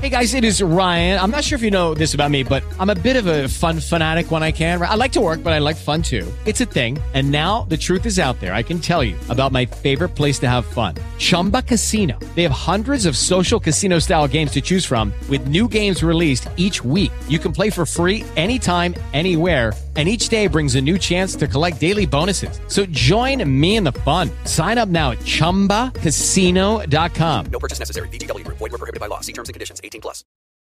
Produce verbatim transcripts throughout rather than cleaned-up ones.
Hey guys, it is Ryan. I'm not sure if you know this about me, but I'm a bit of a fun fanatic when I can. I like to work, but I like fun too. It's a thing. And now the truth is out there. I can tell you about my favorite place to have fun. Chumba Casino. They have hundreds of social casino style games to choose from with new games released each week. You can play for free anytime, anywhere. And each day brings a new chance to collect daily bonuses. So join me in the fun. Sign up now at chumba casino dot com. No purchase necessary. V G W Group. Void where prohibited by law. See terms and conditions. eighteen plus.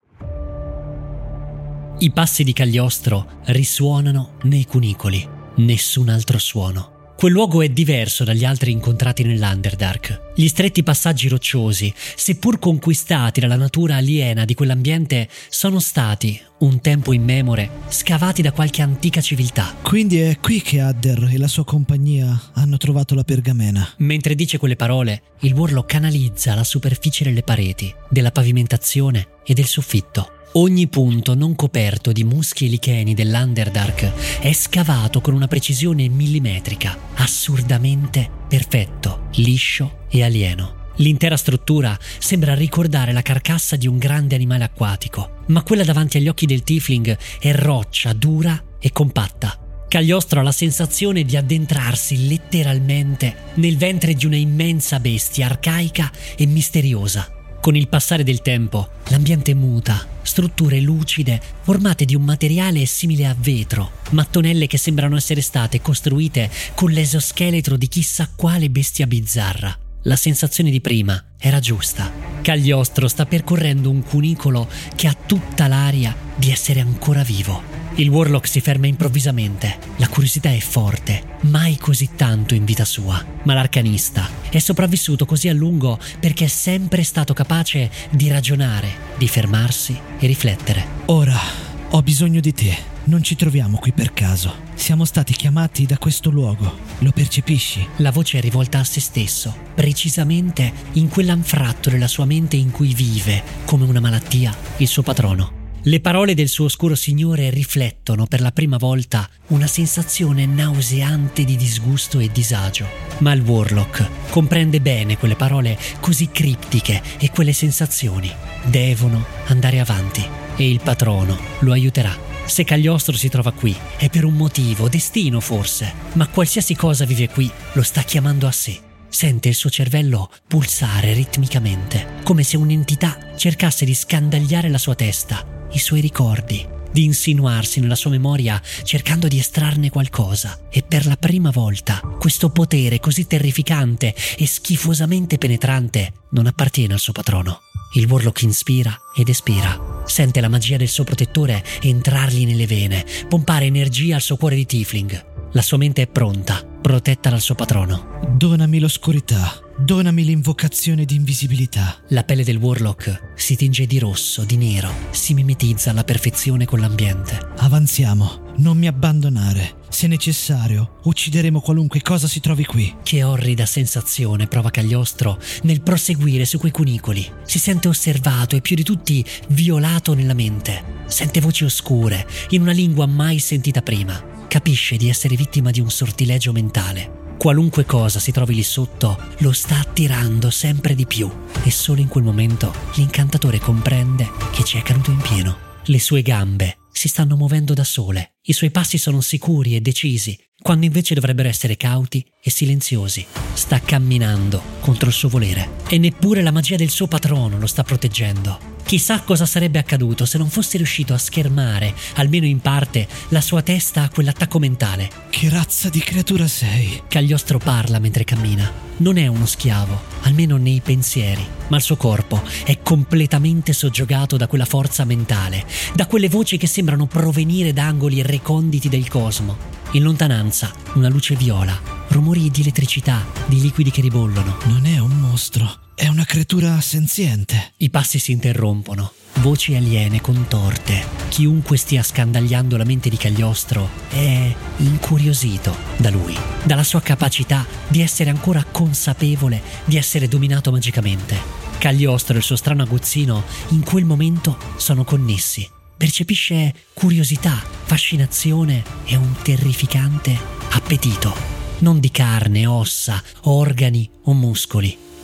I passi di Cagliostro risuonano nei cunicoli. Nessun altro suono. Quel luogo è diverso dagli altri incontrati nell'Underdark. Gli stretti passaggi rocciosi, seppur conquistati dalla natura aliena di quell'ambiente, sono stati, un tempo immemore, scavati da qualche antica civiltà. Quindi è qui che Adder e la sua compagnia hanno trovato la pergamena. Mentre dice quelle parole, il Warlock analizza la superficie delle pareti, della pavimentazione e del soffitto. Ogni punto non coperto di muschi e licheni dell'Underdark è scavato con una precisione millimetrica, assurdamente perfetto, liscio e alieno. L'intera struttura sembra ricordare la carcassa di un grande animale acquatico, ma quella davanti agli occhi del Tiefling è roccia, dura e compatta. Cagliostro ha la sensazione di addentrarsi letteralmente nel ventre di una immensa bestia arcaica e misteriosa. Con il passare del tempo, l'ambiente muta, strutture lucide formate di un materiale simile a vetro, mattonelle che sembrano essere state costruite con l'esoscheletro di chissà quale bestia bizzarra. La sensazione di prima era giusta. Cagliostro sta percorrendo un cunicolo che ha tutta l'aria di essere ancora vivo. Il Warlock si ferma improvvisamente. La curiosità è forte, mai così tanto in vita sua. Ma l'arcanista è sopravvissuto così a lungo perché è sempre stato capace di ragionare, di fermarsi e riflettere. Ora ho bisogno di te. Non ci troviamo qui per caso. Siamo stati chiamati da questo luogo. Lo percepisci? La voce è rivolta a se stesso, precisamente in quell'anfratto della sua mente in cui vive, come una malattia, il suo patrono. Le parole del suo oscuro signore riflettono per la prima volta una sensazione nauseante di disgusto e disagio. Ma il Warlock comprende bene quelle parole così criptiche e quelle sensazioni. Devono andare avanti e il patrono lo aiuterà. Se Cagliostro si trova qui è per un motivo, destino forse, ma qualsiasi cosa vive qui lo sta chiamando a sé. Sente il suo cervello pulsare ritmicamente, come se un'entità cercasse di scandagliare la sua testa, i suoi ricordi, di insinuarsi nella sua memoria cercando di estrarne qualcosa. E per la prima volta questo potere così terrificante e schifosamente penetrante non appartiene al suo patrono. Il Warlock inspira ed espira. Sente la magia del suo protettore entrargli nelle vene, pompare energia al suo cuore di Tiefling. La sua mente è pronta, protetta dal suo patrono. Donami l'oscurità, donami l'invocazione di invisibilità. La pelle del Warlock si tinge di rosso, di nero, si mimetizza alla perfezione con l'ambiente. Avanziamo, non mi abbandonare. Se necessario, uccideremo qualunque cosa si trovi qui. Che orrida sensazione prova Cagliostro nel proseguire su quei cunicoli. Si sente osservato e più di tutti violato nella mente. Sente voci oscure, in una lingua mai sentita prima. Capisce di essere vittima di un sortilegio mentale. Qualunque cosa si trovi lì sotto lo sta attirando sempre di più e solo in quel momento l'incantatore comprende che ci è caduto in pieno. Le sue gambe si stanno muovendo da sole, i suoi passi sono sicuri e decisi, quando invece dovrebbero essere cauti e silenziosi. Sta camminando contro il suo volere e neppure la magia del suo patrono lo sta proteggendo. Chissà cosa sarebbe accaduto se non fosse riuscito a schermare, almeno in parte, la sua testa a quell'attacco mentale. Che razza di creatura sei? Cagliostro parla mentre cammina. Non è uno schiavo, almeno nei pensieri, ma il suo corpo è completamente soggiogato da quella forza mentale, da quelle voci che sembrano provenire da angoli reconditi del cosmo. In lontananza, una luce viola, rumori di elettricità, di liquidi che ribollono. Non è un mostro, è una creatura senziente. I passi si interrompono, voci aliene contorte. Chiunque stia scandagliando la mente di Cagliostro è incuriosito da lui, dalla sua capacità di essere ancora consapevole di essere dominato magicamente. Cagliostro e il suo strano aguzzino in quel momento sono connessi. Percepisce curiosità, fascinazione e un terrificante appetito. Non di carne, ossa, organi o muscoli.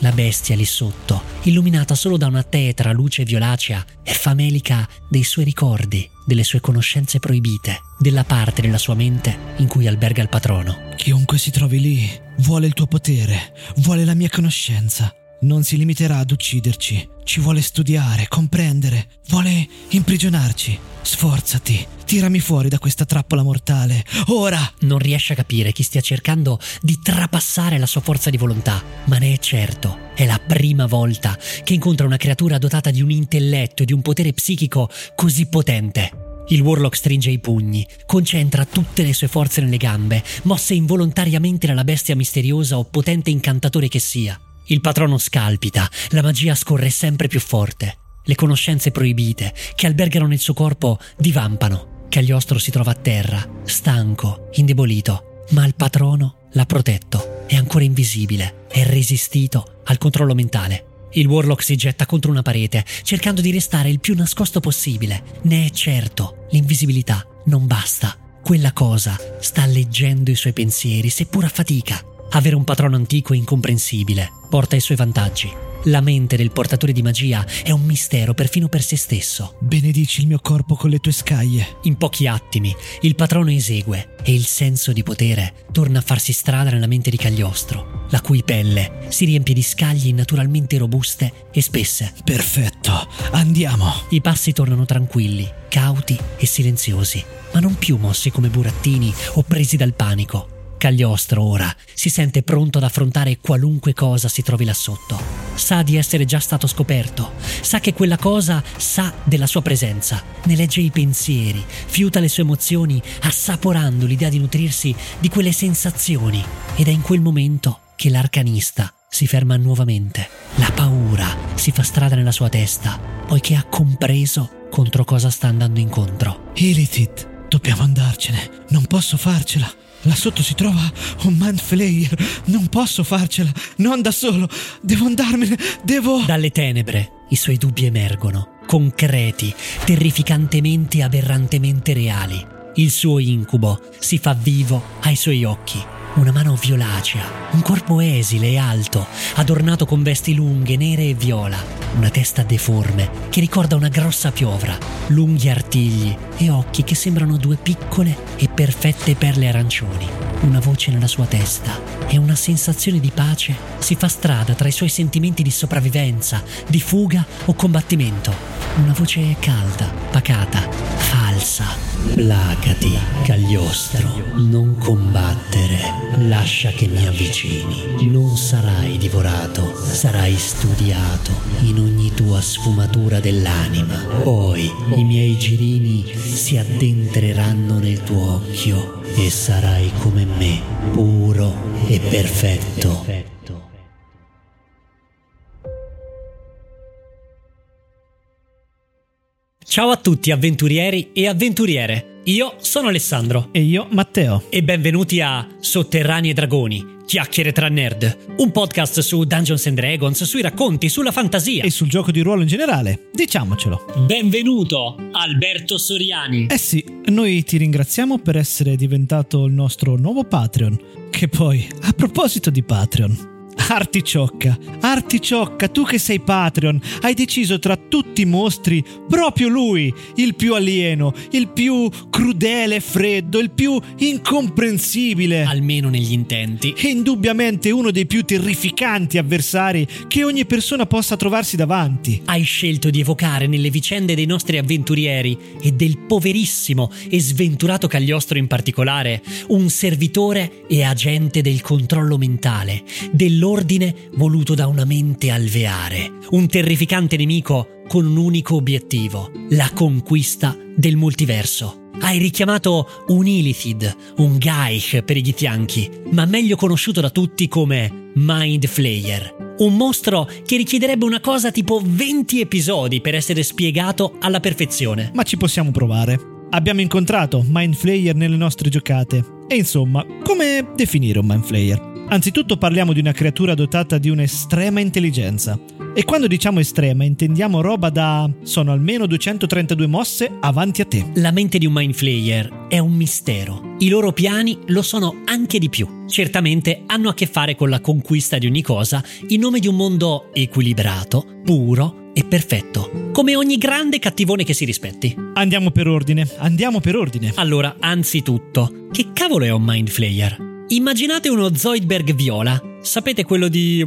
La bestia lì sotto, illuminata solo da una tetra luce violacea, è famelica dei suoi ricordi, delle sue conoscenze proibite, della parte della sua mente in cui alberga il patrono. Chiunque si trovi lì vuole il tuo potere, vuole la mia conoscenza. Non si limiterà ad ucciderci, ci vuole studiare, comprendere, vuole imprigionarci. Sforzati, tirami fuori da questa trappola mortale, ora! Non riesce a capire chi stia cercando di trapassare la sua forza di volontà, ma ne è certo, è la prima volta che incontra una creatura dotata di un intelletto e di un potere psichico così potente. Il Warlock stringe i pugni, concentra tutte le sue forze nelle gambe, mosse involontariamente dalla bestia misteriosa o potente incantatore che sia. Il patrono scalpita, la magia scorre sempre più forte. Le conoscenze proibite che albergano nel suo corpo divampano. Cagliostro si trova a terra, stanco, indebolito, ma il patrono l'ha protetto, è ancora invisibile, è resistito al controllo mentale. Il Warlock si getta contro una parete, cercando di restare il più nascosto possibile. Ne è certo, l'invisibilità non basta. Quella cosa sta leggendo i suoi pensieri, seppur a fatica. Avere un patrono antico e incomprensibile porta i suoi vantaggi. La mente del portatore di magia è un mistero perfino per se stesso. Benedici il mio corpo con le tue scaglie. In pochi attimi il patrono esegue e il senso di potere torna a farsi strada nella mente di Cagliostro, la cui pelle si riempie di scaglie naturalmente robuste e spesse. Perfetto, andiamo. I passi tornano tranquilli, cauti e silenziosi, ma non più mossi come burattini o presi dal panico. Cagliostro ora si sente pronto ad affrontare qualunque cosa si trovi là sotto. Sa di essere già stato scoperto, sa che quella cosa sa della sua presenza, ne legge i pensieri, fiuta le sue emozioni, assaporando l'idea di nutrirsi di quelle sensazioni. Ed è in quel momento che l'arcanista si ferma nuovamente. La paura si fa strada nella sua testa, poiché ha compreso contro cosa sta andando incontro. Illithid, dobbiamo andarcene, non posso farcela. Là sotto si trova un Mind Flayer. Non posso farcela, non da solo. Devo andarmene, devo... Dalle tenebre i suoi dubbi emergono, concreti, terrificantemente e aberrantemente reali. Il suo incubo si fa vivo ai suoi occhi. Una mano violacea, un corpo esile e alto, adornato con vesti lunghe, nere e viola, una testa deforme che ricorda una grossa piovra, lunghi artigli e occhi che sembrano due piccole e perfette perle arancioni. Una voce nella sua testa e una sensazione di pace si fa strada tra i suoi sentimenti di sopravvivenza, di fuga o combattimento. Una voce calda, pacata, falsa. Placati, Cagliostro, non combattere. Lascia che mi avvicini. Non sarai divorato, sarai studiato in ogni tua sfumatura dell'anima. Poi i miei girini si addentreranno nel tuo occhio e sarai come me, puro e perfetto. Ciao a tutti avventurieri e avventuriere, io sono Alessandro e io Matteo e benvenuti a Sotterranei e Dragoni, chiacchiere tra nerd, un podcast su Dungeons and Dragons, sui racconti, sulla fantasia e sul gioco di ruolo in generale, diciamocelo. Benvenuto Alberto Soriani. Eh sì, noi ti ringraziamo per essere diventato il nostro nuovo Patreon, che poi, a proposito di Patreon... Articciocca, Articciocca, tu che sei Patreon, hai deciso tra tutti i mostri proprio lui, il più alieno, il più crudele e freddo, il più incomprensibile. Almeno negli intenti. E indubbiamente uno dei più terrificanti avversari che ogni persona possa trovarsi davanti. Hai scelto di evocare nelle vicende dei nostri avventurieri e del poverissimo e sventurato Cagliostro in particolare un servitore e agente del controllo mentale, dell'ordine voluto da una mente alveare, un terrificante nemico con un unico obiettivo, la conquista del multiverso. Hai richiamato un Illithid, un Gaich per i Githyanki, ma meglio conosciuto da tutti come Mind Flayer, un mostro che richiederebbe una cosa tipo venti episodi per essere spiegato alla perfezione. Ma ci possiamo provare. Abbiamo incontrato Mind Flayer nelle nostre giocate. E insomma, come definire un Mind Flayer? Anzitutto parliamo di una creatura dotata di un'estrema intelligenza. E quando diciamo estrema intendiamo roba da sono almeno duecentotrentadue mosse avanti a te. La mente di un Mind Flayer è un mistero. I loro piani lo sono anche di più. Certamente hanno a che fare con la conquista di ogni cosa in nome di un mondo equilibrato, puro e perfetto, come ogni grande cattivone che si rispetti. Andiamo per ordine, andiamo per ordine. Allora, anzitutto, che cavolo è un Mind Flayer? Immaginate uno Zoidberg viola, sapete quello di...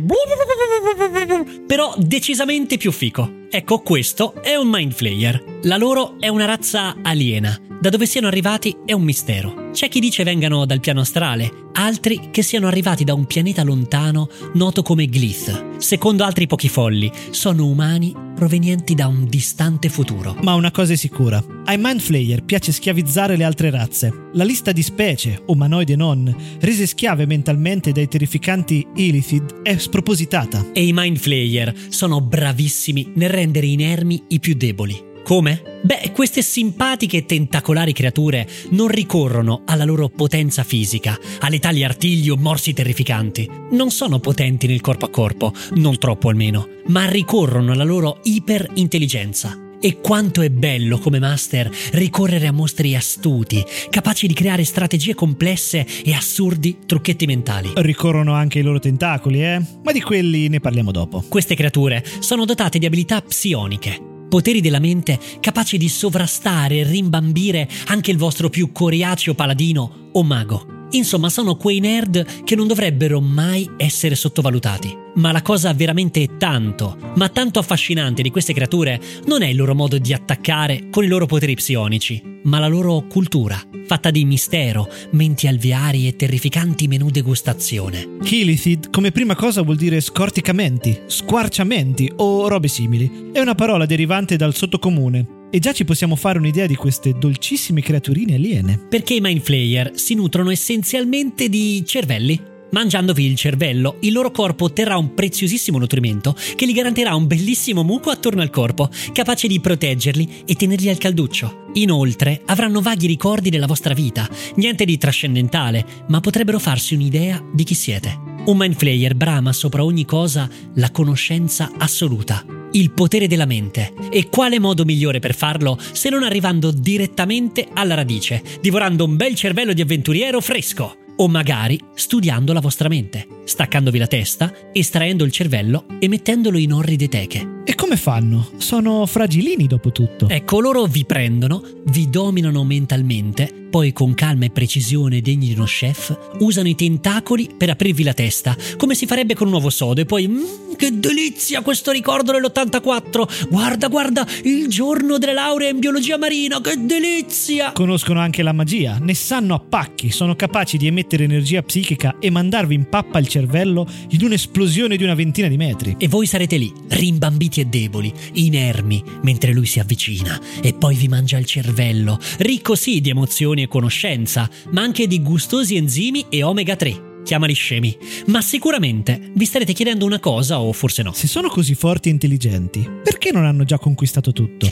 però decisamente più fico. Ecco, questo è un Mind Flayer. La loro è una razza aliena. Da dove siano arrivati è un mistero. C'è chi dice vengano dal piano astrale, altri che siano arrivati da un pianeta lontano noto come Glyth. Secondo altri pochi folli, sono umani provenienti da un distante futuro. Ma una cosa è sicura, ai Mind Flayer piace schiavizzare le altre razze. La lista di specie, umanoide e non, rese schiave mentalmente dai terrificanti Illithid è spropositata. E i Mind Flayer sono bravissimi nel rendere inermi i più deboli. Come? Beh, queste simpatiche e tentacolari creature non ricorrono alla loro potenza fisica, alle tali artigli o morsi terrificanti. Non sono potenti nel corpo a corpo, non troppo almeno, ma ricorrono alla loro iperintelligenza. E quanto è bello come master ricorrere a mostri astuti, capaci di creare strategie complesse e assurdi trucchetti mentali. Ricorrono anche i loro tentacoli, eh? Ma di quelli ne parliamo dopo. Queste creature sono dotate di abilità psioniche, poteri della mente capaci di sovrastare e rimbambire anche il vostro più coriaceo paladino o mago. Insomma, sono quei nerd che non dovrebbero mai essere sottovalutati. Ma la cosa veramente tanto, ma tanto affascinante di queste creature non è il loro modo di attaccare con i loro poteri psionici, ma la loro cultura, fatta di mistero, menti alveari e terrificanti menù degustazione. Illithid come prima cosa vuol dire scorticamenti, squarciamenti o robe simili. È una parola derivante dal sottocomune. E già ci possiamo fare un'idea di queste dolcissime creaturine aliene. Perché i Mind Flayer si nutrono essenzialmente di cervelli. Mangiandovi il cervello, il loro corpo otterrà un preziosissimo nutrimento che gli garantirà un bellissimo muco attorno al corpo, capace di proteggerli e tenerli al calduccio. Inoltre, avranno vaghi ricordi della vostra vita, niente di trascendentale, ma potrebbero farsi un'idea di chi siete. Un Mind Flayer brama sopra ogni cosa la conoscenza assoluta, il potere della mente. E quale modo migliore per farlo se non arrivando direttamente alla radice, divorando un bel cervello di avventuriero fresco? O magari studiando la vostra mente, staccandovi la testa, estraendo il cervello e mettendolo in orride teche. E come fanno? Sono fragilini dopo tutto. Ecco, loro vi prendono, vi dominano mentalmente, poi con calma e precisione degni di uno chef, usano i tentacoli per aprirvi la testa, come si farebbe con un uovo sodo, e poi mmm, che delizia questo ricordo dell'ottantaquattro! Guarda, guarda, il giorno della laurea in biologia marina, che delizia! Conoscono anche la magia, ne sanno a pacchi, sono capaci di emettere energia psichica e mandarvi in pappa il cervello in un'esplosione di una ventina di metri. E voi sarete lì, rimbambiti e deboli, inermi, mentre lui si avvicina e poi vi mangia il cervello, ricco sì di emozioni e conoscenza, ma anche di gustosi enzimi e omega tre. Chiamali scemi, ma sicuramente vi starete chiedendo una cosa, o forse no. Se sono così forti e intelligenti, perché non hanno già conquistato tutto?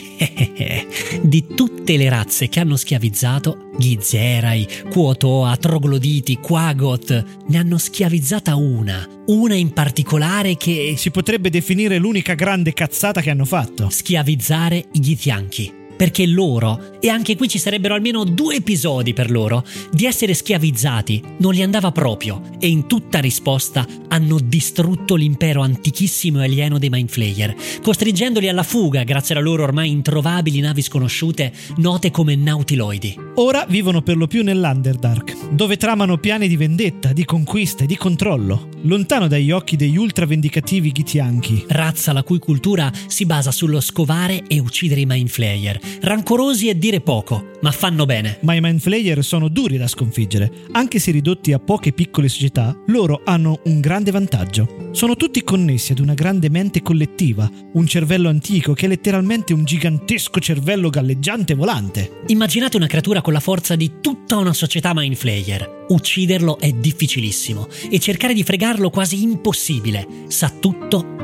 Di tutte le razze che hanno schiavizzato, gli Zerai, Quotoa, Trogloditi, Quagoth, ne hanno schiavizzata una, una in particolare che... si potrebbe definire l'unica grande cazzata che hanno fatto. Schiavizzare gli Githyanki. Perché loro, e anche qui ci sarebbero almeno due episodi per loro, di essere schiavizzati non gli andava proprio, e in tutta risposta hanno distrutto l'impero antichissimo e alieno dei Mind Flayer, costringendoli alla fuga grazie alle loro ormai introvabili navi sconosciute note come nautiloidi. Ora vivono per lo più nell'Underdark, dove tramano piani di vendetta, di conquista e di controllo, lontano dagli occhi degli ultra vendicativi Githyanki. Razza la cui cultura si basa sullo scovare e uccidere i Mind Flayer, rancorosi e dire poco, ma fanno bene. Ma i Mind Flayer sono duri da sconfiggere. Anche se ridotti a poche piccole società, loro hanno un grande vantaggio. Sono tutti connessi ad una grande mente collettiva, un cervello antico che è letteralmente un gigantesco cervello galleggiante volante. Immaginate una creatura con la forza di tutta una società Mind Flayer. Ucciderlo è difficilissimo e cercare di fregarlo quasi impossibile. Sa tutto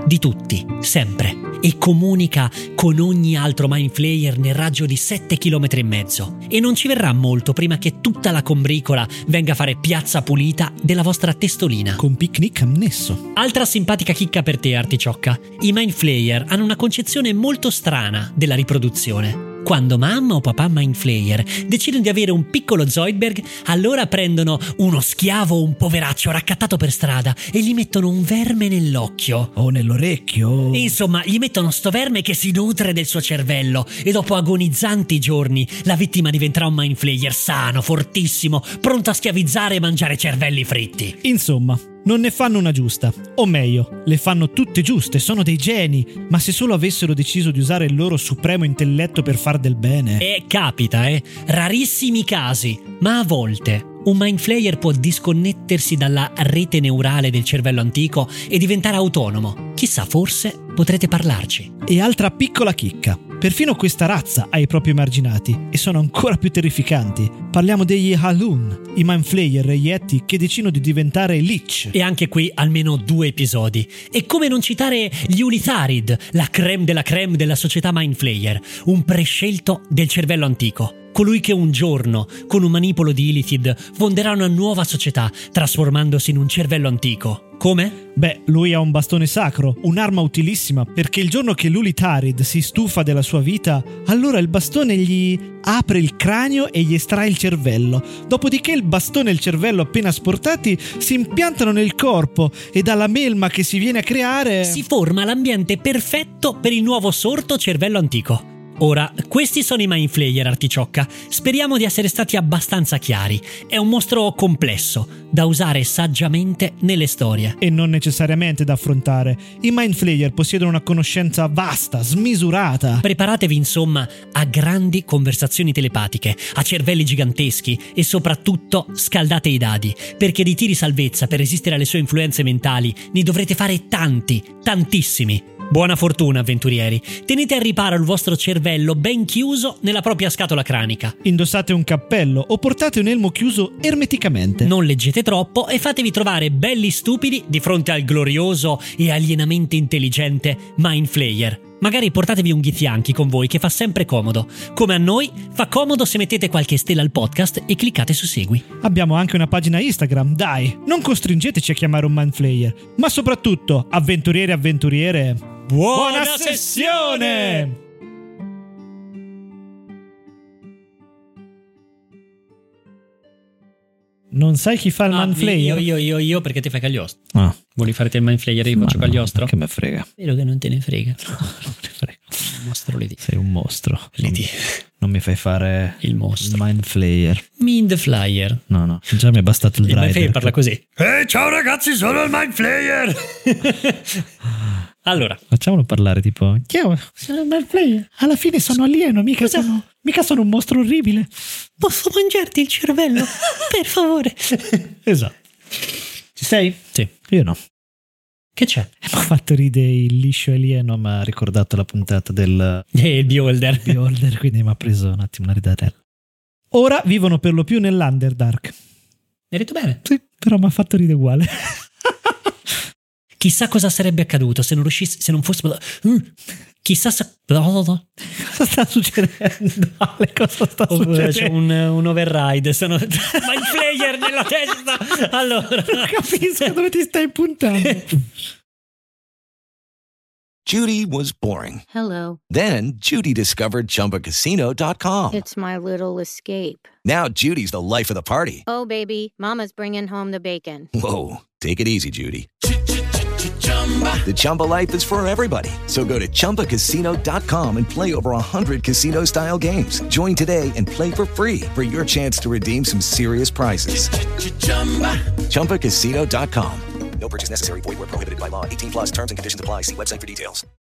di tutti, sempre, e comunica con ogni altro Mind Flayer nel raggio di sette chilometri e mezzo. E non ci verrà molto prima che tutta la combricola venga a fare piazza pulita della vostra testolina. Con picnic annesso. Altra simpatica chicca per te, Articiocca. I Mind Flayer hanno una concezione molto strana della riproduzione. Quando mamma o papà Mind Flayer decidono di avere un piccolo Zoidberg, allora prendono uno schiavo o un poveraccio raccattato per strada e gli mettono un verme nell'occhio. O nell'orecchio. Insomma, gli mettono sto verme che si nutre del suo cervello e dopo agonizzanti giorni la vittima diventerà un Mind Flayer sano, fortissimo, pronto a schiavizzare e mangiare cervelli fritti. Insomma, non ne fanno una giusta, o meglio, le fanno tutte giuste, sono dei geni, ma se solo avessero deciso di usare il loro supremo intelletto per far del bene. E capita, eh? Rarissimi casi, ma a volte un Mind Flayer può disconnettersi dalla rete neurale del cervello antico e diventare autonomo. Chissà, forse potrete parlarci. E altra piccola chicca. Perfino questa razza ha i propri emarginati e sono ancora più terrificanti. Parliamo degli Halun, i Mind Flayer reietti che decidono di diventare Lich. E anche qui almeno due episodi. E come non citare gli Ulitharid, la creme della creme della società Mind Flayer, un prescelto del cervello antico. Colui che un giorno, con un manipolo di Illithid, fonderà una nuova società, trasformandosi in un cervello antico. Come? Beh, lui ha un bastone sacro, un'arma utilissima, perché il giorno che l'Ulitharid si stufa della sua vita, allora il bastone gli apre il cranio e gli estrae il cervello. Dopodiché il bastone e il cervello appena sportati si impiantano nel corpo e dalla melma che si viene a creare si forma l'ambiente perfetto per il nuovo sorto cervello antico. Ora, questi sono i Mind Flayer, Articiocca. Speriamo di essere stati abbastanza chiari. È un mostro complesso, da usare saggiamente nelle storie. E non necessariamente da affrontare. I Mind Flayer possiedono una conoscenza vasta, smisurata. Preparatevi insomma a grandi conversazioni telepatiche, a cervelli giganteschi e soprattutto scaldate i dadi, perché di tiri salvezza per resistere alle sue influenze mentali ne dovrete fare tanti, tantissimi. Buona fortuna, avventurieri. Tenete al riparo il vostro cervello ben chiuso nella propria scatola cranica. Indossate un cappello o portate un elmo chiuso ermeticamente. Non leggete troppo e fatevi trovare belli stupidi di fronte al glorioso e alienamente intelligente Mind Flayer. Magari portatevi un Githyanki con voi che fa sempre comodo. Come a noi, fa comodo se mettete qualche stella al podcast e cliccate su segui. Abbiamo anche una pagina Instagram, dai, non costringeteci a chiamare un Mind Flayer. Ma soprattutto, avventurieri e avventuriere, buona, buona sessione! Non sai chi fa il ah, Mind Flayer? Io, io, io, io, perché ti fai Cagliostro. Ah. Vuoi farti il Mind Flayer e io Ma faccio no, Cagliostro? Che me frega. Vero che non te ne frega. No, non me ne frega. Il mostro Lady. Sei un mostro. Lady. Non, non mi fai fare il mostro. Mind Flayer. Mind Flyer. No, no, già mi è bastato il driver. Il Mind Flayer parla così. Ehi, ciao ragazzi, sono il Mind Flayer. Allora, facciamolo parlare tipo, ciao, sono il Mind Flayer. Alla fine sono alieno, mica Cosa? sono, mica sono un mostro orribile. Posso mangiarti il cervello? Per favore. Esatto. Ci sei? Sì. Io no. Che c'è? Mi ha fatto ridere il liscio alieno, mi ha ricordato la puntata del Eh, il Beholder. Beholder, quindi mi ha preso un attimo una ridatella. Ora vivono per lo più nell'Underdark. Hai detto bene? Sì, però mi ha fatto ridere uguale. Chissà cosa sarebbe accaduto se non riuscisse, se non fosse... Mm. Chissà se... Cosa sta succedendo? Ale, cosa sta oh, succedendo? C'è un, un override, sono Mind Flayer nella testa. Allora, non capisco dove ti stai puntando. Judy was boring. Hello. Then Judy discovered Chumba Casino dot com. It's my little escape. Now Judy's the life of the party. Oh, baby, mama's bringing home the bacon. Whoa, take it easy, Judy. The Chumba life is for everybody. So go to Chumba Casino dot com and play over one hundred casino-style games. Join today and play for free for your chance to redeem some serious prizes. Chumba Casino dot com. No purchase necessary. Void where prohibited by law. eighteen plus terms and conditions apply. See website for details.